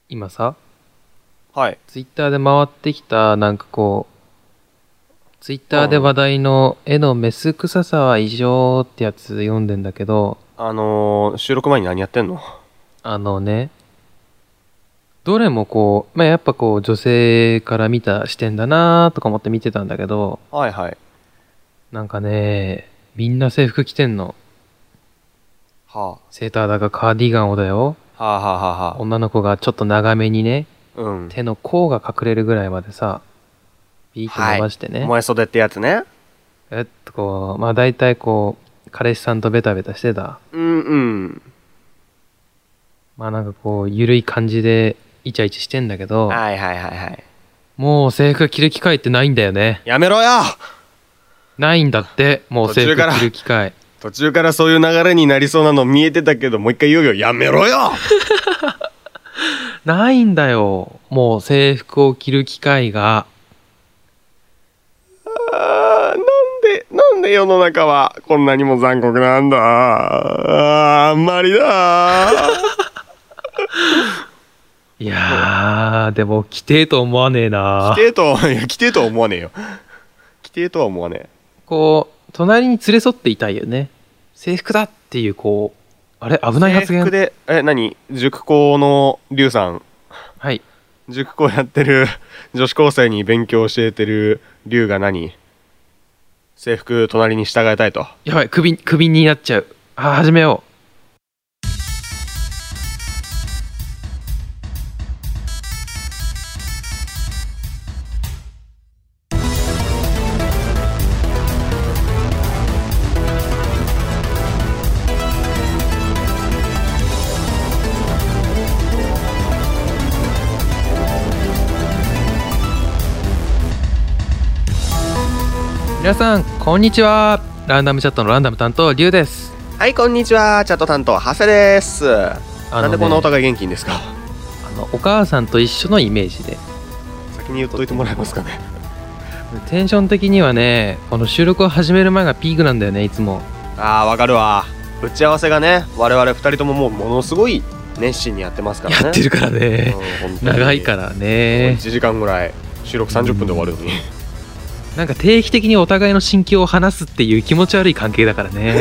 今さ、 はい。 ツイッターで回ってきた、ツイッターで話題の絵のメス臭さは異常ってやつ読んでんだけど、 収録前に何やってんの？ あのね、どれもやっぱ女性から見た視点だなとか思って見てたんだけど、 はいはい。 なんかね、みんな制服着てんの。 はセーターだかカーディガンをだよ。 あ。はあはあはあは女の子がちょっと長めにね、 あ。うん。 手の甲が隠れるぐらいまでさ、ビーって伸ばしてね。 燃え袖ってやつね。 大体彼氏さんとベタベタしてた。 うんうん。 ゆるい感じでイチャイチャしてんだけど、 はいはいはいはい。 もう制服着る機会ってないんだよね。 やめろよ。 ないんだって、もう制服着る機会。 途中からそういう流れになりそうなの見えてたけど、もう一回言うよ。やめろよ。 ないんだよ。もう制服を着る機会が。 なんで世の中はこんなにも残酷なんだ。あんまりだ。 いやー、でも着てえと思わねえな。 着てえとは思わねえよ。着てえとは思わねえ。 隣に連れ添っていたいよね。制服だっていう、あれ危ない発言。 制服で、塾校のリュウさん。 はい。 塾校やってる女子高生に勉強教えてるリュウが制服隣に従えたいと。 やばい、首になっちゃう。始めよう。皆さんこんにちは。ランダムチャットのランダム担当リュウです。 はい、こんにちは。チャット担当長谷です。なんでこんなお互い元気いいんですか？ お母さんと一緒のイメージで先に言っといてもらえますかね。 テンション的にはね、この収録を始める前がピークなんだよね、いつも。 わかるわ。打ち合わせがね、我々2人とももうものすごい熱心にやってますからね。 やってるからね、長いからね。 1時間ぐらい収録30分で終わるのに、 定期的にお互いの心境を話すっていう気持ち悪い関係だからね。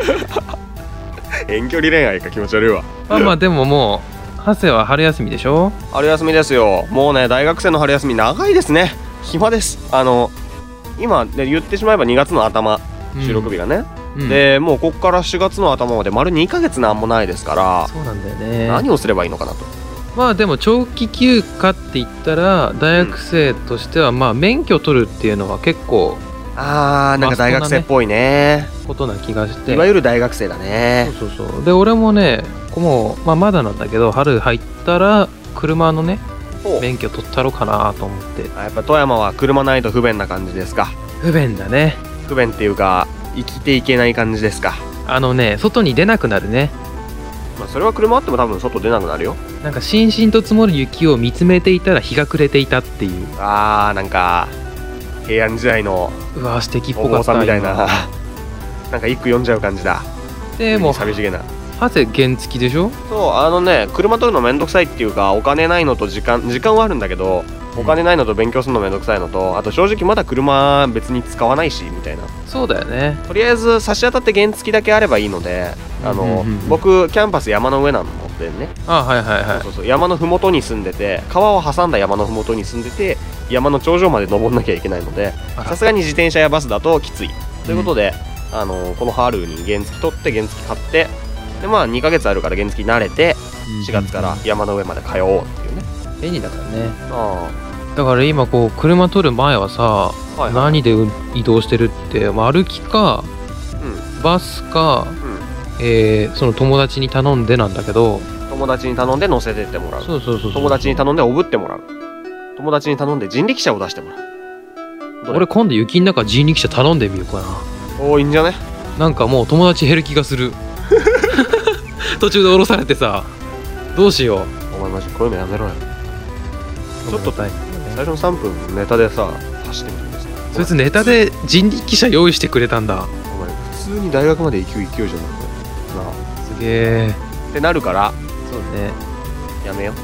遠距離恋愛か、気持ち悪いわ。 でももうハセは春休みでしょ？ 春休みですよ。もうね、大学生の春休み長いですね。暇です。今で言ってしまえば2月の頭、収録日がね、でもうこっから4月の頭まで丸2ヶ月なんもないですから。 そうなんだよね。 何をすればいいのかなと。 でも長期休暇って言ったら大学生としては免許取るっていうのは結構なんか大学生っぽいね、 ことな気がして、 いわゆる大学生だね。 そうで、俺もねもう、まだなんだけど春入ったら車のね免許取ったろうかなと思って。 やっぱ富山は車ないと不便な感じですか？ 不便だね。 不便っていうか生きていけない感じですか？ 外に出なくなるね。 それは車あっても多分外出なくなるよ。 しんしんと積もる雪を見つめていたら日が暮れていたっていう。 なんか平安時代の素敵っぽかった。 お坊さんみたいななんか一句読んじゃう感じだ。 でも寂しげな。 ハセ原付でしょ？ そう車取るのめんどくさいっていうか、お金ないのと時間はあるんだけど、お金ないのと勉強するのめんどくさいのと、あと正直まだ車別に使わないしみたいな。 そうだよね。 とりあえず差し当たって原付だけあればいいので、僕キャンパス山の上なのでね。そう山のふもとに住んでて、川を挟んだ山のふもとに住んでて、山の頂上まで登んなきゃいけないので、さすがに自転車やバスだときついということで、この春に原付取って原付買って、で2ヶ月あるから原付慣れて、4月から山の上まで通おうっていうね。 便利だからね。だから今車取る前はさ、何で移動してるって、歩きか、バスか、その友達に頼んでなんだけど。 友達に頼んで乗せてってもらう。 そう友達に頼んでおぶってもらう。友達に頼んで人力車を出してもらう。 俺今度雪の中人力車頼んでみようかな。 いいんじゃね？ もう友達減る気がする。途中で降ろされてさ、どうしよう。 お前マジこういうのやめろよ。ちょっと最初の3分ネタでさ走ってみてください。 そいつネタで人力車用意してくれたんだ。 お前普通に大学まで行く勢いじゃないかな。 すげえってなるから。 そうね、 やめよ。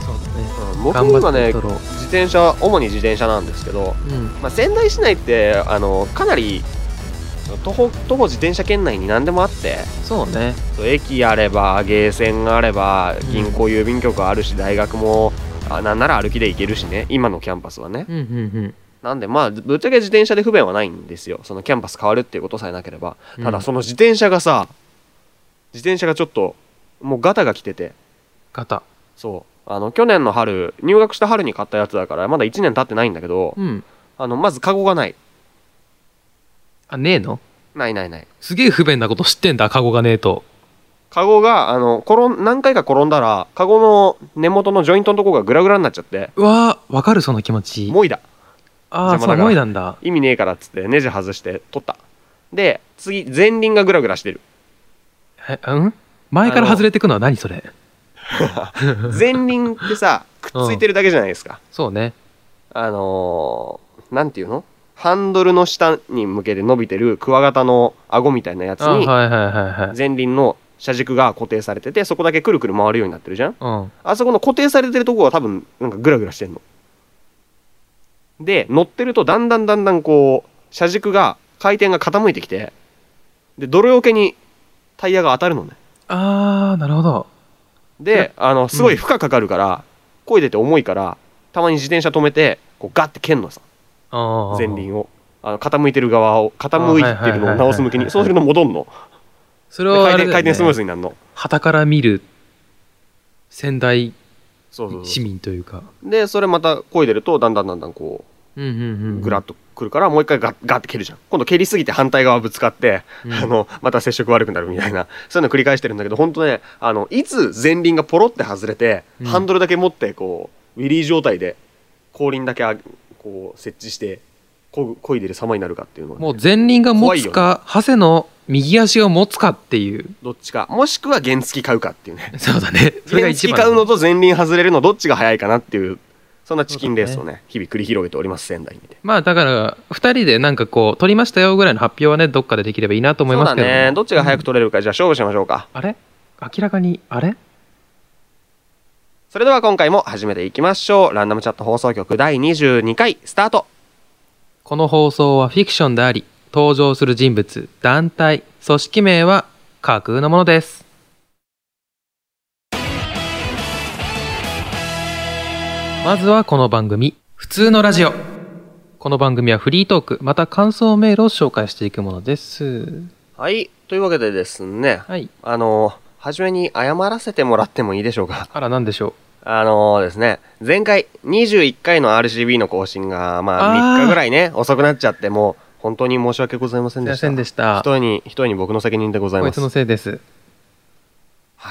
そうだね、 僕今ね自転車主に自転車なんですけど、仙台市内ってかなり徒歩自転車圏内に何でもあって、 そうね、 駅あればゲーセンがあれば銀行郵便局あるし、大学もなんなら歩きで行けるしね、今のキャンパスはね、なんでまあぶっちゃけ自転車で不便はないんですよ、そのキャンパス変わるっていうことさえなければ。ただその自転車がちょっともうガタが来てて、そう去年の春入学した春に買ったやつだからまだ1年経ってないんだけど、まずカゴがない。 ねえの？ ない。 すげえ不便なこと知ってんだ、カゴがねえと。 カゴが何回か転んだらカゴの根元のジョイントのとこがグラグラになっちゃって。 うわー、わかるその気持ち。 もいだ。 そうもいなんだ。 意味ねえからっつってネジ外して取った。で次前輪がグラグラしてる。 前から外れてくのは何それ？ 前輪ってさくっついてるだけじゃないですか。 そうね。 なんていうの？ハンドルの下に向けて伸びてるクワガタの顎みたいなやつに前輪の車軸が固定されてて、そこだけくるくる回るようになってるじゃん、あそこの固定されてるとこは多分なんかグラグラしてんので、乗ってるとだんだんこう車軸が回転が傾いてきて、で泥よけにタイヤが当たるのね。 なるほど。 ですごい負荷かかるから、漕いでて重いからたまに自転車止めてこうガッて蹴んのさ、前輪を傾いてる側を傾いてるのを直す向きに、そうすると戻んの。それを回転スムーズになるの。 傍から見る仙台市民というか。 でそれまた漕いでるとだんだんこうグラッとくるから、もう一回ガッて蹴るじゃん。今度蹴りすぎて反対側ぶつかって、また接触悪くなるみたいな、そういうの繰り返してるんだけど、本当ねいつ前輪がポロって外れて、ハンドルだけ持ってこうウィリー状態で後輪だけこう設置して漕いでる様になるかっていうのは、 もう前輪が持つか、ハセの右足が持つかっていう、 どっちか、もしくは原付買うかっていうね。 そうだね、 それが一番。原付買うのと前輪外れるのどっちが早いかなっていう、そんなチキンレースをね日々繰り広げております、仙台にて。 まあだから2人でなんかこう取りましたよぐらいの発表はね、どっかでできればいいなと思いますけど。 そうだね、どっちが早く取れるか、じゃあ勝負しましょうか。 あれ明らかにそれでは今回も始めていきましょう。ランダムチャット放送局第22回スタート。 この放送はフィクションであり、登場する人物、団体、組織名は架空のものです。まずはこの番組、普通のラジオ。この番組はフリートーク、また感想メールを紹介していくものです。 はい、というわけでですね、初めに謝らせてもらってもいいでしょうか。 あら、なんでしょう。 ですね、前回21回の RCB の更新が3日ぐらいね遅くなっちゃって、もう本当に申し訳ございませんでした。ひとえに僕の責任でございます。 こいつのせいです。 はい、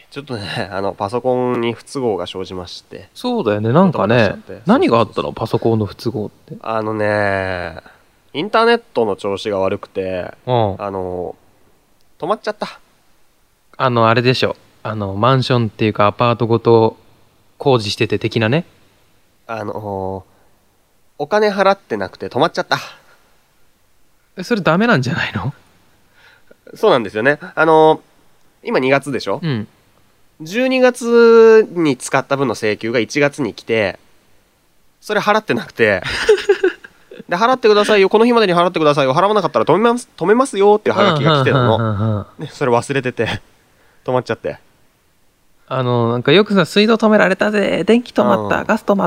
ちょっとねパソコンに不都合が生じまして。 そうだよね、なんかね、何があったの、パソコンの不都合って。 インターネットの調子が悪くて、止まっちゃった。 あれでしょ、マンションっていうかアパートごと工事してて的なね。 お金払ってなくて止まっちゃった。 それダメなんじゃないの？ そうなんですよね。今2月でしょ、12月に使った分の請求が1月に来て、それ払ってなくてで払ってくださいよ、この日までに払ってくださいよ、払わなかったら止めますよっていうハガキが来てたの。でそれ忘れてて止まっちゃって。 なんかよくさ、水道止められたぜ、電気止まった、ガス止まった。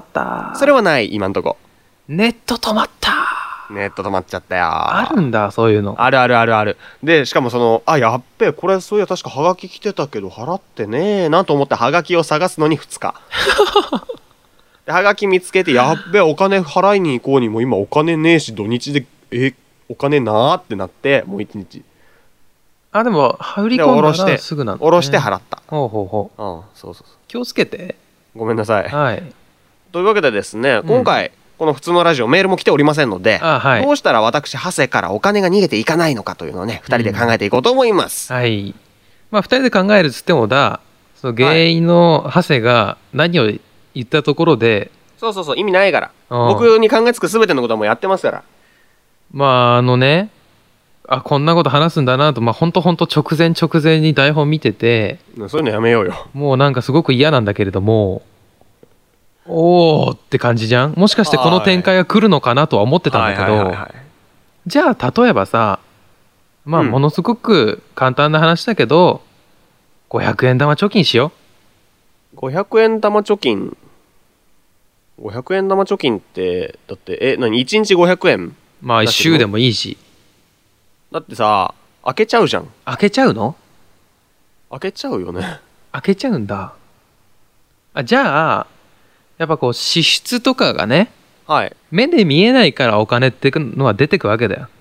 それはない、今んとこ。 ネット止まった。 ネット止まっちゃったよ。 あるんだ、そういうの。 ある。でしかもやっべえ、これそういや確かハガキ来てたけど払ってねえなと思ってハガキを探すのに2日でハガキ見つけて、やっべえ、お金払いに行こうにも今お金ねえし、土日でお金なーってなって、もう1日。でも振り込んだらすぐなんだね。下ろして払った。そう気をつけて。 ごめんなさい。 はい。 というわけでですね、今回この普通のラジオメールも来ておりませんので、どうしたら私ハセからお金が逃げていかないのかというのをね、2人で考えていこうと思います。 はい。まあ2人で考えるっつってもその原因のハセが何を言ったところで、 そう意味ないから。僕に考えつく全てのことはもうやってますから。 まあこんなこと話すんだなと、ほんと直前に台本見てて、 そういうのやめようよ。 もうなんかすごく嫌なんだけれども、 おーって感じじゃん。もしかしてこの展開が来るのかなとは思ってたんだけど、じゃあ例えばさ、まあものすごく簡単な話だけど、500円玉貯金しよう。500円玉貯金500円玉貯金って、だって何1日500円？ まあ1週でもいいし。 だってさ、開けちゃうじゃん。 開けちゃうの？ 開けちゃうよね。 開けちゃうんだ。じゃあやっぱこう支出とかがね、 はい、 目で見えないからお金ってのは出てくわけだよ。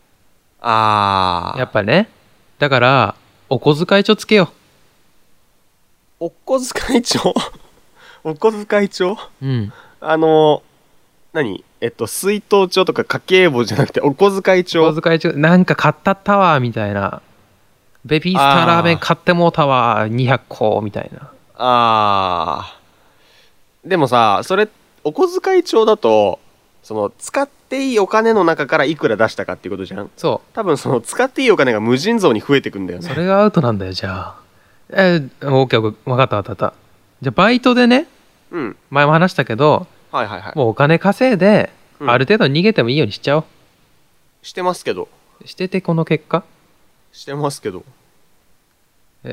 やっぱね。だからお小遣い帳つけよう。お小遣い帳お小遣い帳、 うん、 何水筒帳とか家計簿じゃなくてお小遣い帳。 お小遣い帳、なんか買ったったわみたいな。ベビースターラーメン買ってもうたわ200個みたいな。 でもさ、それお小遣い帳だと、その使っていいお金の中からいくら出したかっていうことじゃん。 そう。 多分その使っていいお金が無尽蔵に増えてくんだよね。 それがアウトなんだよ。じゃあオッケー、分かった分かった。じゃあバイトでね、前も話したけど、もうお金稼いで、ある程度逃げてもいいようにしちゃおう。 してますけど。 しててこの結果？ してますけど。 じ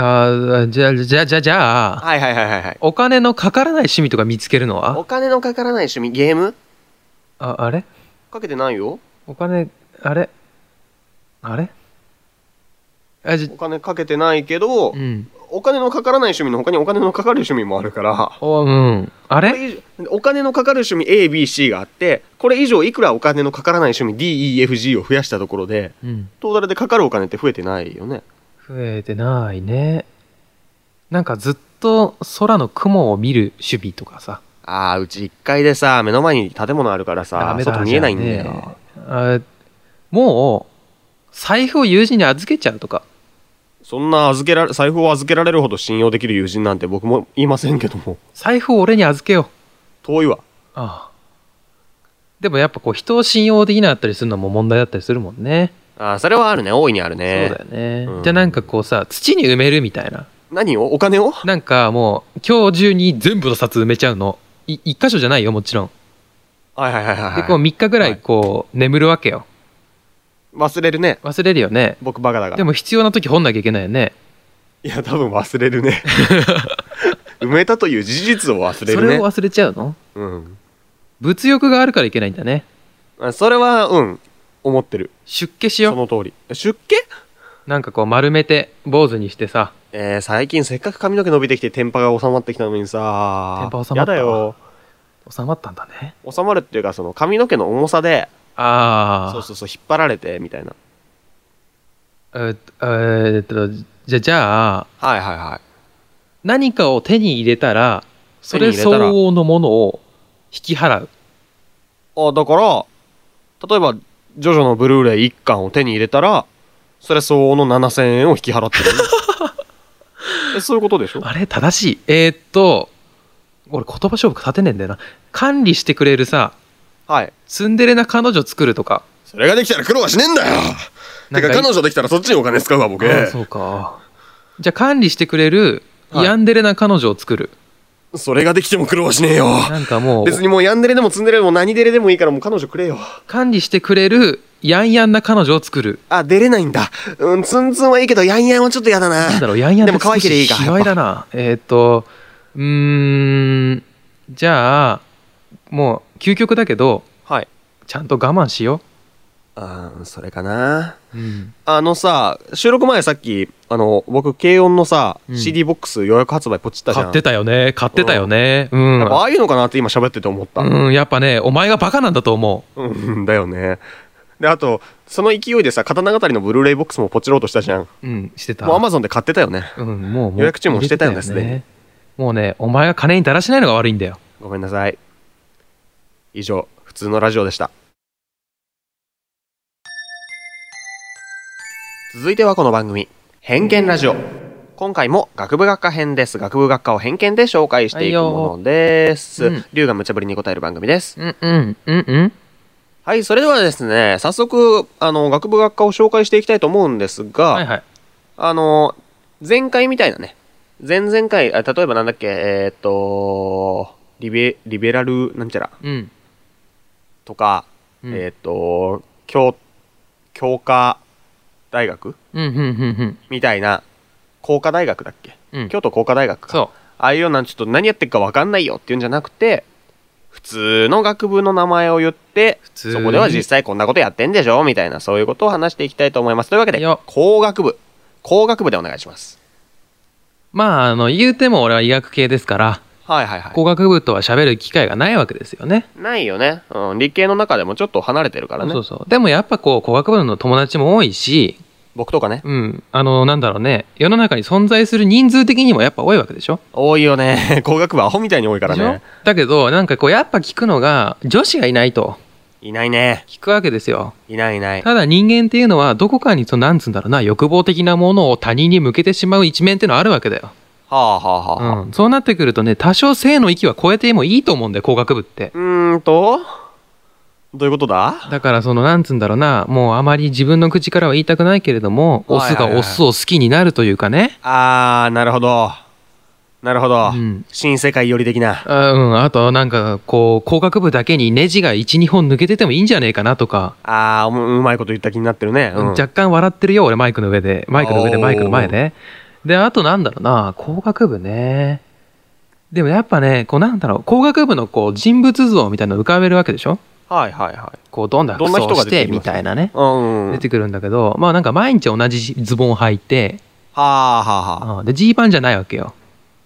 ゃあ、お金のかからない趣味とか見つけるのは？ お金のかからない趣味、ゲーム？ あれ？ かけてないよ。 お金、あれ？ お金かけてないけど、お金のかからない趣味の他にお金のかかる趣味もあるから、 あれ？ お金のかかる趣味 A、B、C があって、これ以上いくらお金のかからない趣味 D、E、F、G を増やしたところで、トータルでかかるお金って増えてないよね。 増えてないね。なんかずっと空の雲を見る趣味とかさ。 うち1階でさ、目の前に建物あるからさ、外見えないんだよ。 もう財布を友人に預けちゃうとか。 そんな財布を預けられるほど信用できる友人なんて僕も言いませんけども。 財布を俺に預けよう。 遠いわ。 でもやっぱこう人を信用できなかったりするのも問題だったりするもんね。 それはあるね。大いにあるね。 そうだよね。じゃあなんかこうさ、土に埋めるみたいな。 何を？お金を？ なんかもう今日中に全部の札埋めちゃうの。一箇所じゃないよ、もちろん。でこう3日ぐらいこう眠るわけよ。 忘れるね。 忘れるよね。 僕バカだから。 でも必要な時掘んなきゃいけないよね。 いや多分忘れるね。埋めたという事実を忘れるね。 それを忘れちゃうの？物欲があるからいけないんだね。 それは思ってる。 出家しよう。 その通り。出家？ なんかこう丸めて坊主にしてさ。 最近せっかく髪の毛伸びてきて天パが収まってきたのにさ。 天パ収まった。 やだよ。 収まったんだね。 収まるっていうかその髪の毛の重さで。そう引っ張られてみたいな。 じゃあ何かを手に入れたらそれ相応のものを引き払う。 だから例えばジョジョのブルーレイ1巻を手に入れたらそれ相応の7000円を引き払ってる。そういうことでしょ？ あれ正しい。俺言葉勝負立てねえんだよな。管理してくれるさ、ツンデレな彼女作るとか。 それができたら苦労はしねえんだよ。てか彼女できたらそっちにお金使うわ僕。 そうか。じゃあ管理してくれるヤンデレな彼女を作る。 それができても苦労はしねえよ。 なんかもう別にもうヤンデレでもツンデレでも何デレでもいいからもう彼女くれよ。 管理してくれるヤンヤンな彼女を作る。 出れないんだ。ツンツンはいいけどヤンヤンはちょっとやだな。 なんだろう、ヤンヤンってでも可愛ければいいか。 卑猥だな。じゃあもう究極だけど、ちゃんと我慢しよう。それかな。さ、収録前さっき僕軽音のさ、CD ボックス予約発売ポチったじゃん。 買ってたよね。やっぱああいうのかなって今喋ってて思った。 やっぱね、お前がバカなんだと思う。だよね。であとその勢いでさ、刀語りのブルーレイボックスもポチろうとしたじゃん。 してた。 もう Amazon で買ってたよね。 もう予約注文してたよね、すでに。 もうね、お前が金にだらしないのが悪いんだよ。 ごめんなさい。以上、普通のラジオでした。続いてはこの番組、偏見ラジオ。今回も学部学科編です。学部学科を偏見で紹介していくものです。龍が無茶ぶりに答える番組です。はい、それではですね、早速学部学科を紹介していきたいと思うんですが、前回みたいなね、前々回、例えばなんだっけ、 リベラルなんちゃら、とか、教科大学、みたいな、工科大学だっけ、京都工科大学か。そう。ああいうような、ちょっと何やってるか分かんないよっていうんじゃなくて、普通の学部の名前を言って、そこでは実際こんなことやってんでしょみたいな、そういうことを話していきたいと思います。というわけで、工学部でお願いします。 まあ、言うても俺は医学系ですから、工学部とは喋る機会がないわけですよね。 ないよね。理系の中でもちょっと離れてるからね。 そうそう。でもやっぱ工学部の友達も多いし、 僕とかね。 なんだろうね。世の中に存在する人数的にもやっぱ多いわけでしょ。 多いよね。工学部アホみたいに多いからね。 だけど、なんかやっぱ聞くのが、女子がいないと。 いないね。 聞くわけですよ。 いない。 ただ人間っていうのは、どこかになんつうんだろうな、欲望的なものを他人に向けてしまう一面っていうのはあるわけだよ。そうなってくるとね、多少性の域は超えてもいいと思うんだよ、工学部って。 どういうことだ？ だからなんつうんだろうな、もうあまり自分の口からは言いたくないけれども、オスがオスを好きになるというかね。 なるほど。新世界寄り的な。 あとなんか工学部だけにネジが1、2本抜けててもいいんじゃねえかなとか。 うまいこと言った気になってるね。 若干笑ってるよ、俺マイクの前で。マイクの前で。で、あとなんだろうな、工学部ね。でもやっぱね、なんだろう、工学部の人物像みたいなの浮かべるわけでしょ。どんな服装してみたいなね、出てくるんだけど、まあなんか毎日同じズボン履いて、でジーパンじゃないわけよ。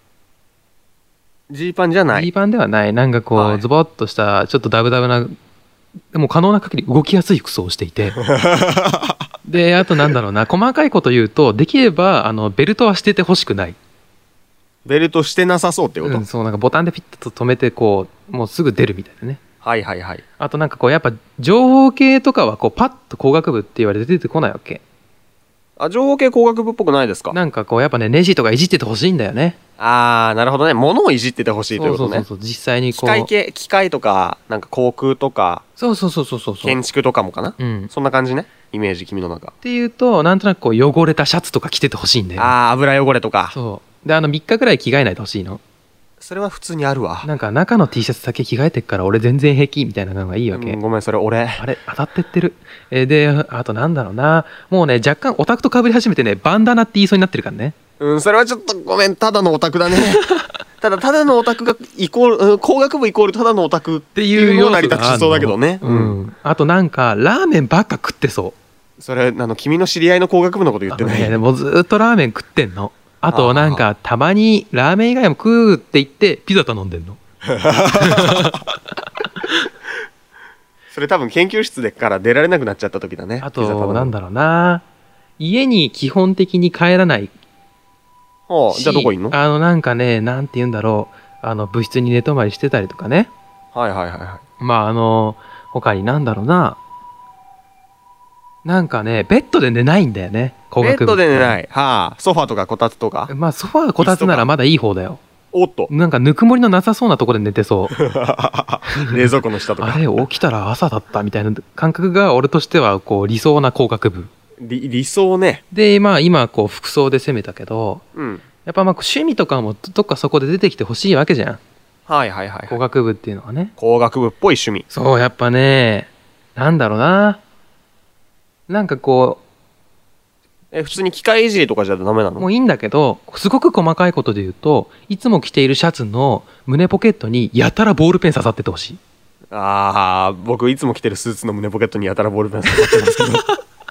ジーパンじゃない。 ジーパンではない。なんかズボッとしたちょっとダブダブな、でも可能な限り動きやすい服装をしていてで、あとなんだろうな、細かいこと言うと、できればベルトはしててほしくない。 ベルトしてなさそうってこと？ そう、なんかボタンでピッと止めてもうすぐ出るみたいなね。あとなんかやっぱ情報系とかはパッと工学部って言われて出てこないわけ。 情報系工学部っぽくないですか？ なんかやっぱね、ネジとかいじっててほしいんだよね。 なるほどね。物をいじっててほしいということね。 そう、実際に機械とか、なんか航空とか、 そう建築とかもかな。そんな感じね。イメージ、君の中。 っていうと、なんとなく汚れたシャツとか着ててほしいんだよ。 油汚れとか。 そう。で、3日くらい着替えないでほしいの。 それは普通にあるわ。 なんか中の T シャツだけ着替えてっから俺全然平気みたいなのがいいわけ。 ごめん、それ俺。 あれ当たってってる。で、あとなんだろうな。もうね、若干オタクと被り始めてね、バンダナって言いそうになってるからね。 それはちょっとごめん、ただのオタクだね。ただのオタクがイコール、工学部イコールただのオタクっていうような成り立ちしそうだけどね。 あとなんか、ラーメンばっか食ってそう。 それ、君の知り合いの工学部のこと言ってない？ でもずっとラーメン食ってんの。あとなんかたまにラーメン以外も食うって言ってピザ頼んでんの。 それ多分研究室でから出られなくなっちゃった時だね。 あとなんだろうな、家に基本的に帰らないし。 じゃあどこいんの？ なんかね、なんて言うんだろう、部室に寝泊まりしてたりとかね。まあ他になんだろうな、なんかね、ベッドで寝ないんだよね、工学部。 ベッドで寝ない。ソファーとかこたつとか。 まあソファーこたつならまだいい方だよ。 おっと。 なんかぬくもりのなさそうなところで寝てそう。 冷蔵庫の下とか。 あれ起きたら朝だったみたいな感覚が俺としては理想な工学部。 理想ね。 で、まあ今服装で攻めたけど、やっぱ趣味とかもどっかそこで出てきてほしいわけじゃん。工学部っていうのはね。 工学部っぽい趣味。 そう、やっぱね、なんだろうな。なんか普通に機械いじりとかじゃダメなの？ もういいんだけど、すごく細かいことで言うと、いつも着ているシャツの胸ポケットにやたらボールペン刺さっててほしい。 僕いつも着てるスーツの胸ポケットにやたらボールペン刺さってますけど。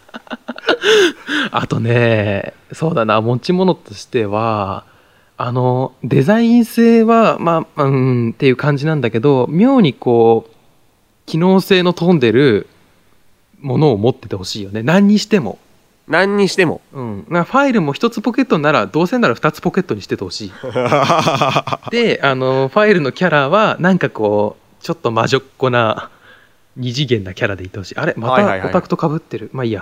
あとね、そうだな、持ち物としては、デザイン性は、っていう感じなんだけど、妙に機能性の飛んでるものを持っててほしいよね。何にしても。ファイルも一つポケットなら、どうせなら二つポケットにしててほしい。で、ファイルのキャラは、なんかちょっと魔女っ子な、二次元なキャラでいてほしい。あれまたオタクと被ってる。まあいいや。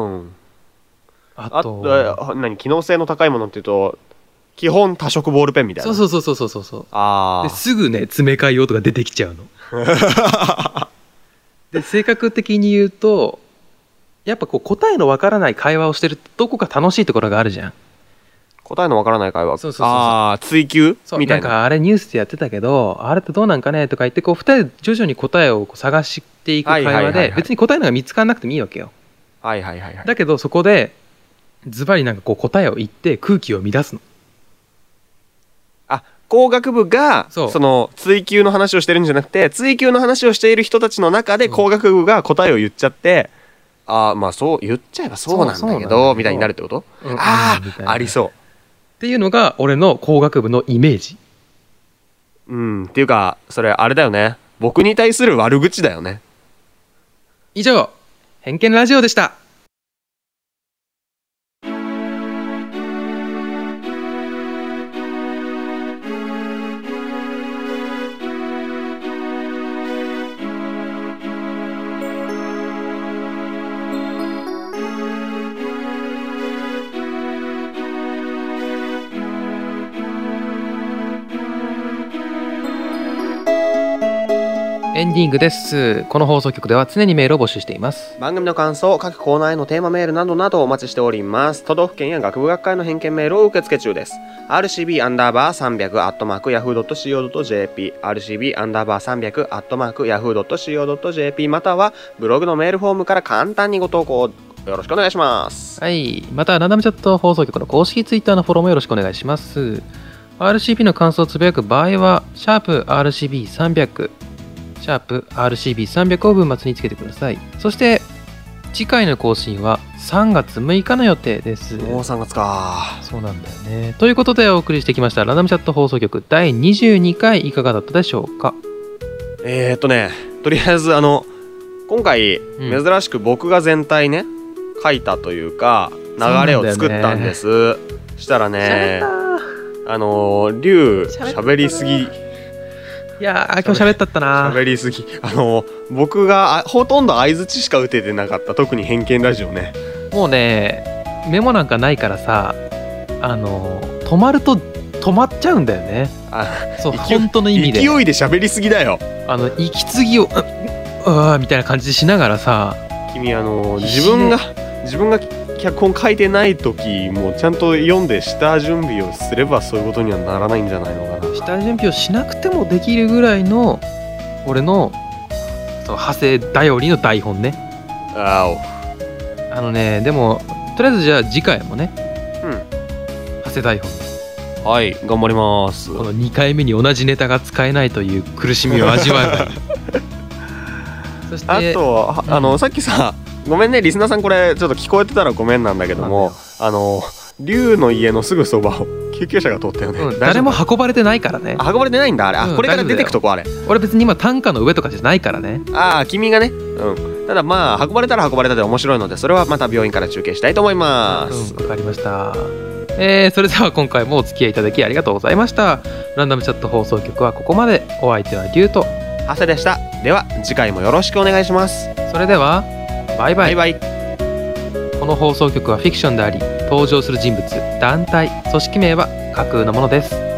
あと機能性の高いものっていうと、基本多色ボールペンみたいな。 そう。ですぐね、詰め替え用とか出てきちゃうの。で、性格的に言うと、やっぱ答えのわからない会話をしてるとどこか楽しいところがあるじゃん。 答えのわからない会話。 そうそうそうそう。 ああ、追求みたいな。 なんかあれニュースでやってたけど、あれってどうなんかねとか言って、こう2人で徐々に答えをこう探していく会話で、別に答えのが見つからなくてもいいわけよ。 はいはいはいはい。 だけどそこでズバリなんかこう答えを言って空気を乱すの。 あ、工学部がその追求の話をしてるんじゃなくて、追求の話をしている人たちの中で工学部が答えを言っちゃって、ああまあそう言っちゃえばそうなんだけどみたいになるってこと？ああ、ありそうっていうのが俺の工学部のイメージ。 っていうかそれあれだよね、僕に対する悪口だよね。 以上、偏見ラジオでした。エンディングです。この放送局では常にメールを募集しています。 番組の感想、各コーナーへのテーマメールなどなどお待ちしております。都道府県や学部学会の偏見メールを受付中です。rcb_300@yahoo.co.jp rcb_300@yahoo.co.jp またはブログのメールフォームから簡単にご投稿よろしくお願いします。 はい。またランダムチャット放送局の公式ツイッターのフォローもよろしくお願いします。RCB の感想をつぶやく場合は#RCB300#RCB300 を文末につけてください。そして次回の更新は3月6日の予定です。 もう3月か。 そうなんだよね。ということでお送りしてきましたランダムチャット放送局第22回いかがだったでしょうか。 とりあえず今回珍しく僕が全体ね書いたというか流れを作ったんです。したらねリュウ喋りすぎ。 いやー今日喋ったったな。 喋りすぎ。僕がほとんど相づちしか打ててなかった。特に偏見ラジオね。 もうねメモなんかないからさ、止まると止まっちゃうんだよね。そう本当の意味で。 勢いで喋りすぎだよ。 息継ぎをみたいな感じでしながらさ。 君自分が脚本書いてない時もちゃんと読んで下準備をすればそういうことにはならないんじゃないのかな。 下準備をしなくてもできるぐらいの俺のその派生頼りの台本ね。でもとりあえずじゃあ次回もね、派生台本ではい頑張ります。 この2回目に同じネタが使えないという苦しみを味わうそしてあとはさっきさごめんねリスナーさん、これちょっと聞こえてたらごめんなんだけども、龍の家のすぐそばを救急車が通ったよね。 誰も運ばれてないからね。 運ばれてないんだあれ。これから出てくとこあれ。 俺別に今担架の上とかじゃないからね。 君がね。ただまあ運ばれたら運ばれたで面白いので、それはまた病院から中継したいと思います。 わかりました。それでは今回もお付き合いいただきありがとうございました。ランダムチャット放送局はここまで。お相手は龍と長谷でした。では次回もよろしくお願いします。 それではバイバイ。 バイバイ。 この放送局はフィクションであり、登場する人物、団体、組織名は架空のものです。